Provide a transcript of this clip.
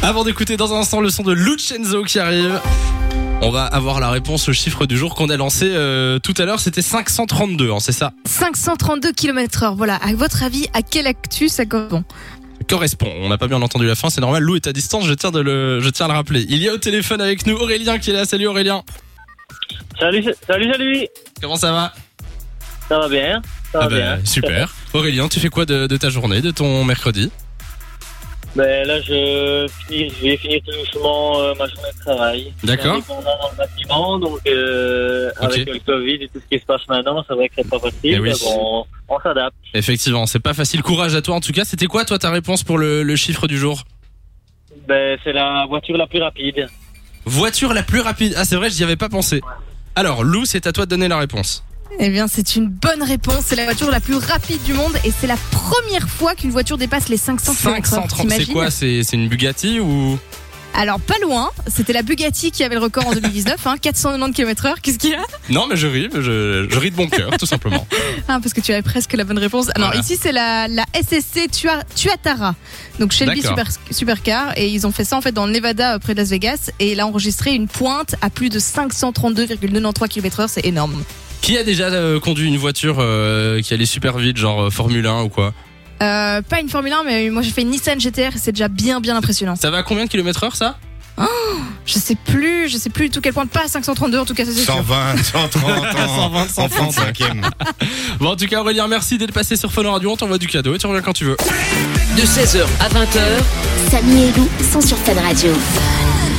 Avant d'écouter dans un instant le son de Lucenzo qui arrive, on va avoir la réponse au chiffre du jour qu'on a lancé tout à l'heure. C'était 532, hein, c'est ça? 532 km/h. Voilà. À votre avis, à quelle actu ça correspond? On n'a pas bien entendu la fin, c'est normal. Lou est à distance, je tiens à le rappeler. Il y a au téléphone avec nous Aurélien qui est là. Salut Aurélien. Salut. Comment ça va? Ça va bien. Bien. Super. Aurélien, tu fais quoi de ta journée, de ton mercredi? Ben là, je vais finir tout doucement ma journée de travail. D'accord. Je suis indépendant dans le bâtiment, donc avec le Covid et tout ce qui se passe maintenant, c'est vrai que c'est pas facile, oui. mais bon, on s'adapte. Effectivement, c'est pas facile. Courage à toi en tout cas. C'était quoi toi ta réponse pour le chiffre du jour? Ben c'est la voiture la plus rapide. Voiture la plus rapide. Ah c'est vrai, j'y avais pas pensé. Alors Lou, c'est à toi de donner la réponse. Eh bien, c'est une bonne réponse. C'est la voiture la plus rapide du monde et c'est la première fois qu'une voiture dépasse les 500 km/h. 530, c'est quoi? C'est une Bugatti ou? Alors, pas loin. C'était la Bugatti qui avait le record en 2019, 490 km/h. Qu'est-ce qu'il y a? Non, mais je ris de bon cœur, tout simplement. Parce que tu avais presque la bonne réponse. Alors, voilà. ici, c'est la SSC Tuatara. Donc, Shelby Supercar. Et ils ont fait ça, en fait, dans le Nevada, près de Las Vegas. Et il a enregistré une pointe à plus de 532,93 km/h. C'est énorme. Qui a déjà conduit une voiture qui allait super vite, genre Formule 1 ou quoi? Pas une Formule 1, mais moi j'ai fait une Nissan GTR et c'est déjà bien impressionnant. Ça va à combien de km/h ça? Je sais plus du tout quel point, pas à 532 en tout cas, ça c'est sûr. 120, 130, 130, 135e. Bon, en tout cas, Aurélien, merci d'être passé sur Fun Radio. On t'envoie du cadeau et tu reviens quand tu veux. De 16h à 20h, Samy et Lou sont sur Fun Radio.